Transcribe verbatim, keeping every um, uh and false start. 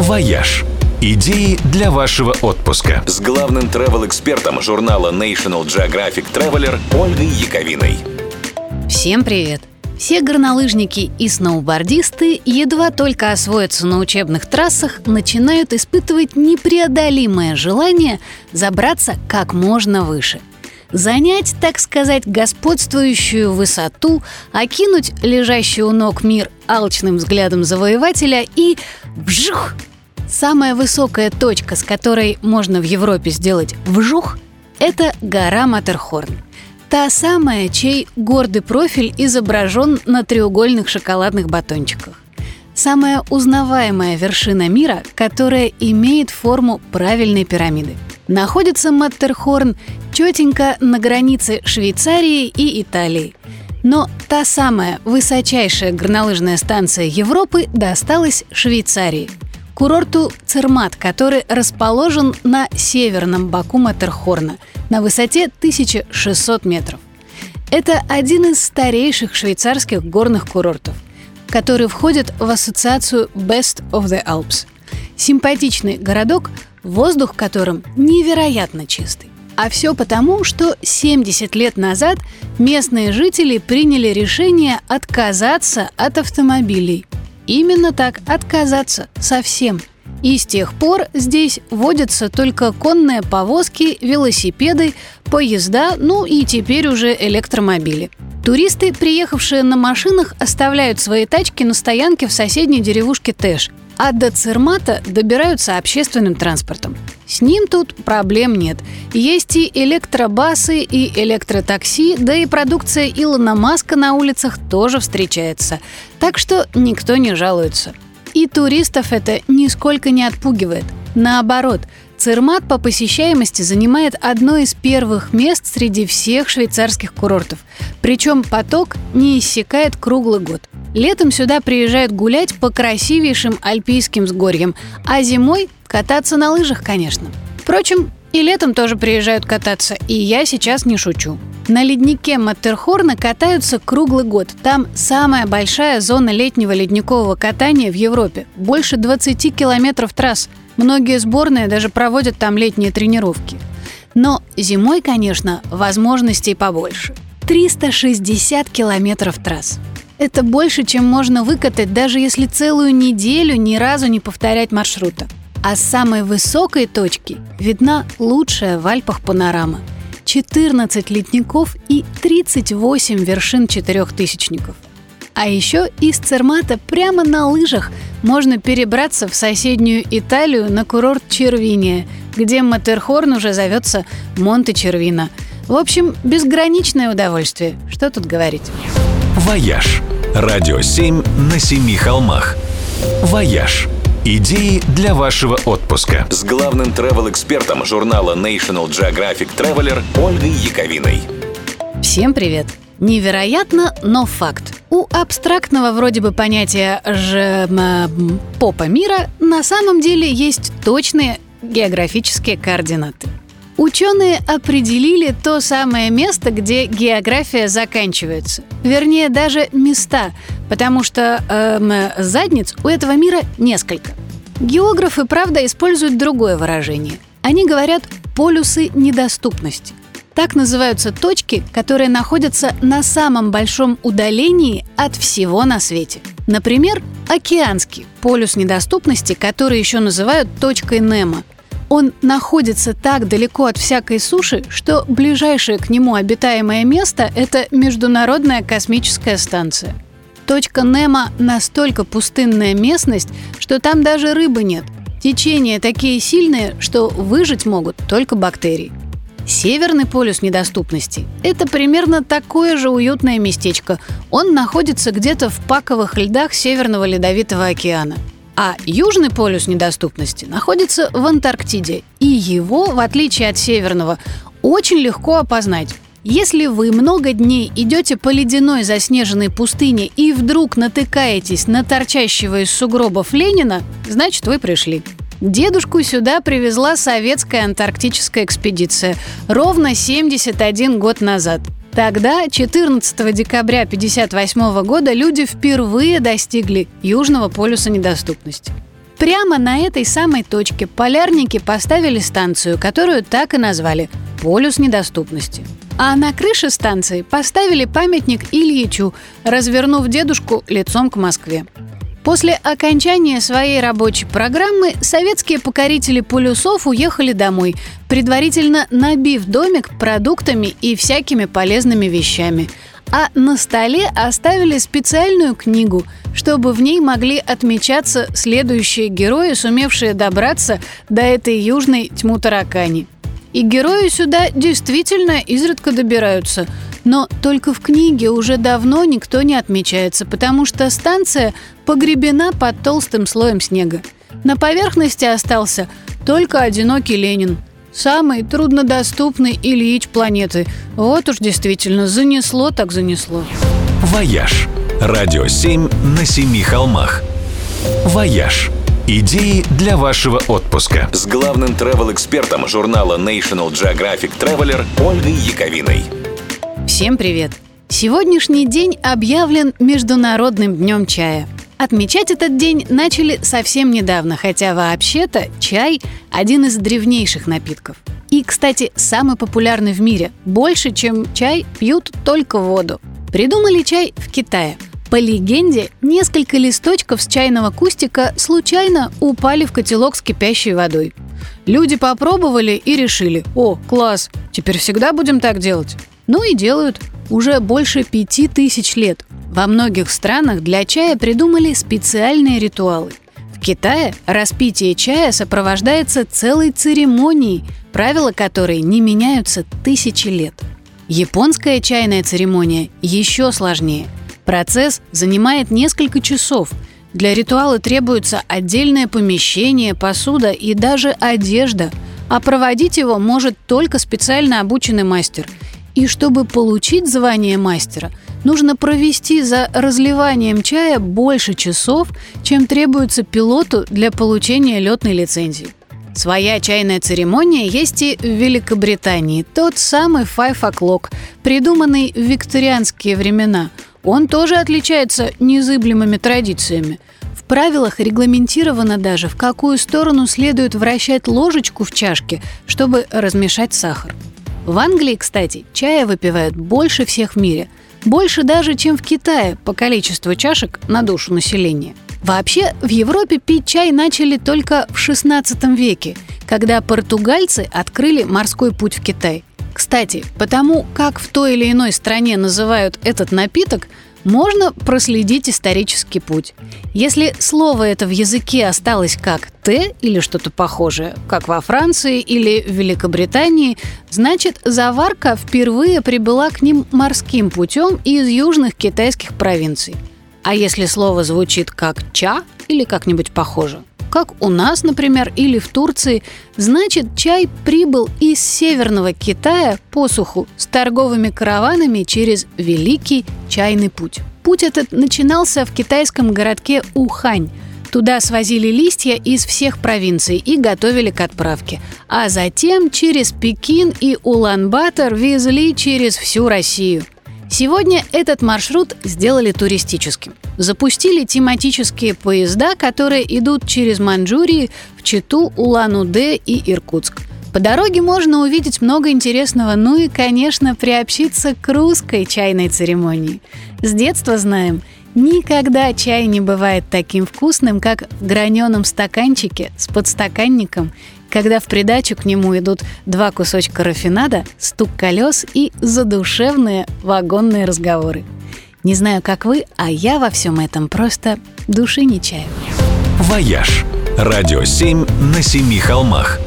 «Вояж». Идеи для вашего отпуска. С главным travel-экспертом журнала National Geographic Traveler Ольгой Яковиной. Всем привет! Все горнолыжники и сноубордисты едва только освоятся на учебных трассах, начинают испытывать непреодолимое желание забраться как можно выше. Занять, так сказать, господствующую высоту, окинуть лежащий у ног мир алчным взглядом завоевателя и вжух! Самая высокая точка, с которой можно в Европе сделать вжух, это гора Маттерхорн. Та самая, чей гордый профиль изображен на треугольных шоколадных батончиках. Самая узнаваемая вершина мира, которая имеет форму правильной пирамиды. Находится Маттерхорн четенько на границе Швейцарии и Италии. Но та самая высочайшая горнолыжная станция Европы досталась Швейцарии. Курорту Цермат, который расположен на северном боку Маттерхорна на высоте тысяча шестьсот метров. Это один из старейших швейцарских горных курортов, который входит в ассоциацию Best of the Alps. Симпатичный городок, воздух в котором невероятно чистый. А все потому, что семьдесят лет назад местные жители приняли решение отказаться от автомобилей. Именно так, отказаться совсем. И с тех пор здесь водятся только конные повозки, велосипеды, поезда, ну и теперь уже электромобили. Туристы, приехавшие на машинах, оставляют свои тачки на стоянке в соседней деревушке Тэш, а до Цермата добираются общественным транспортом. С ним тут проблем нет. Есть и электробасы, и электротакси, да и продукция Илона Маска на улицах тоже встречается. Так что никто не жалуется. И туристов это нисколько не отпугивает. Наоборот, Цермат по посещаемости занимает одно из первых мест среди всех швейцарских курортов. Причем поток не иссякает круглый год. Летом сюда приезжают гулять по красивейшим альпийским сгорьям, а зимой кататься на лыжах, конечно. Впрочем, и летом тоже приезжают кататься, и я сейчас не шучу. На леднике Маттерхорна катаются круглый год. Там самая большая зона летнего ледникового катания в Европе. Больше двадцати километров трасс. Многие сборные даже проводят там летние тренировки. Но зимой, конечно, возможностей побольше. триста шестьдесят километров трасс. Это больше, чем можно выкатать, даже если целую неделю ни разу не повторять маршрута. А с самой высокой точки видна лучшая в Альпах панорама. четырнадцать ледников и тридцать восемь вершин четырехтысячников. А еще из Цермата прямо на лыжах можно перебраться в соседнюю Италию на курорт Червиния, где Маттерхорн уже зовется Монте-Червино. В общем, безграничное удовольствие. Что тут говорить? «Вояж». Радио семь на семи холмах. «Вояж». Идеи для вашего отпуска. С главным travel-экспертом журнала National Geographic Traveler Ольгой Яковиной. Всем привет! Невероятно, но факт. У абстрактного вроде бы понятия ж... м... попа мира на самом деле есть точные географические координаты. Ученые определили то самое место, где география заканчивается. Вернее, даже места, потому что эм, задниц у этого мира несколько. Географы, правда, используют другое выражение. Они говорят «полюсы недоступности». Так называются точки, которые находятся на самом большом удалении от всего на свете. Например, океанский полюс недоступности, который еще называют точкой Немо. Он находится так далеко от всякой суши, что ближайшее к нему обитаемое место – это Международная космическая станция. Точка Немо настолько пустынная местность, что там даже рыбы нет. Течения такие сильные, что выжить могут только бактерии. Северный полюс недоступности – это примерно такое же уютное местечко. Он находится где-то в паковых льдах Северного Ледовитого океана. А южный полюс недоступности находится в Антарктиде, и его, в отличие от северного, очень легко опознать. Если вы много дней идете по ледяной заснеженной пустыне и вдруг натыкаетесь на торчащего из сугробов Ленина, значит, вы пришли. Дедушку сюда привезла советская антарктическая экспедиция ровно семьдесят один год назад. Тогда, четырнадцатого декабря тысяча девятьсот пятьдесят восьмого года, люди впервые достигли Южного полюса недоступности. Прямо на этой самой точке полярники поставили станцию, которую так и назвали – «Полюс недоступности». А на крыше станции поставили памятник Ильичу, развернув дедушку лицом к Москве. После окончания своей рабочей программы советские покорители полюсов уехали домой, предварительно набив домик продуктами и всякими полезными вещами. А на столе оставили специальную книгу, чтобы в ней могли отмечаться следующие герои, сумевшие добраться до этой южной тьму-таракани. И герои сюда действительно изредка добираются. Но только в книге уже давно никто не отмечается, потому что станция погребена под толстым слоем снега. На поверхности остался только одинокий Ленин. Самый труднодоступный Ильич планеты. Вот уж действительно, занесло так занесло. «Вояж». Радио семь на семи холмах. «Вояж». Идеи для вашего отпуска. С главным travel-экспертом журнала National Geographic Traveler Ольгой Яковиной. Всем привет! Сегодняшний день объявлен Международным днем чая. Отмечать этот день начали совсем недавно, хотя вообще-то чай – один из древнейших напитков. И, кстати, самый популярный в мире. Больше, чем чай, пьют только воду. Придумали чай в Китае. По легенде, несколько листочков с чайного кустика случайно упали в котелок с кипящей водой. Люди попробовали и решили: «О, класс, теперь всегда будем так делать». Ну и делают. Уже больше пяти тысяч лет. Во многих странах для чая придумали специальные ритуалы. В Китае распитие чая сопровождается целой церемонией, правила которой не меняются тысячи лет. Японская чайная церемония еще сложнее. Процесс занимает несколько часов. Для ритуала требуется отдельное помещение, посуда и даже одежда, а проводить его может только специально обученный мастер. И чтобы получить звание мастера, нужно провести за разливанием чая больше часов, чем требуется пилоту для получения летной лицензии. Своя чайная церемония есть и в Великобритании. Тот самый five o'clock, придуманный в викторианские времена. Он тоже отличается незыблемыми традициями. В правилах регламентировано даже, в какую сторону следует вращать ложечку в чашке, чтобы размешать сахар. В Англии, кстати, чая выпивают больше всех в мире. Больше даже, чем в Китае по количеству чашек на душу населения. Вообще, в Европе пить чай начали только в шестнадцатом веке, когда португальцы открыли морской путь в Китай. Кстати, потому как в той или иной стране называют этот напиток, можно проследить исторический путь. Если слово это в языке осталось как «те» или что-то похожее, как во Франции или в Великобритании, значит, заварка впервые прибыла к ним морским путем из южных китайских провинций. А если слово звучит как «ча» или как-нибудь похоже, как у нас, например, или в Турции, значит, чай прибыл из Северного Китая по суху с торговыми караванами через Великий чайный путь. Путь этот начинался в китайском городке Ухань. Туда свозили листья из всех провинций и готовили к отправке. А затем через Пекин и Улан-Батор везли через всю Россию. Сегодня этот маршрут сделали туристическим. Запустили тематические поезда, которые идут через Маньчжурию в Читу, Улан-Удэ и Иркутск. По дороге можно увидеть много интересного, ну и, конечно, приобщиться к русской чайной церемонии. С детства знаем, никогда чай не бывает таким вкусным, как в граненом стаканчике с подстаканником, когда в придачу к нему идут два кусочка рафинада, стук колес и задушевные вагонные разговоры. Не знаю, как вы, а я во всем этом просто души не чаю. «Вояж». Радио семь на семи холмах.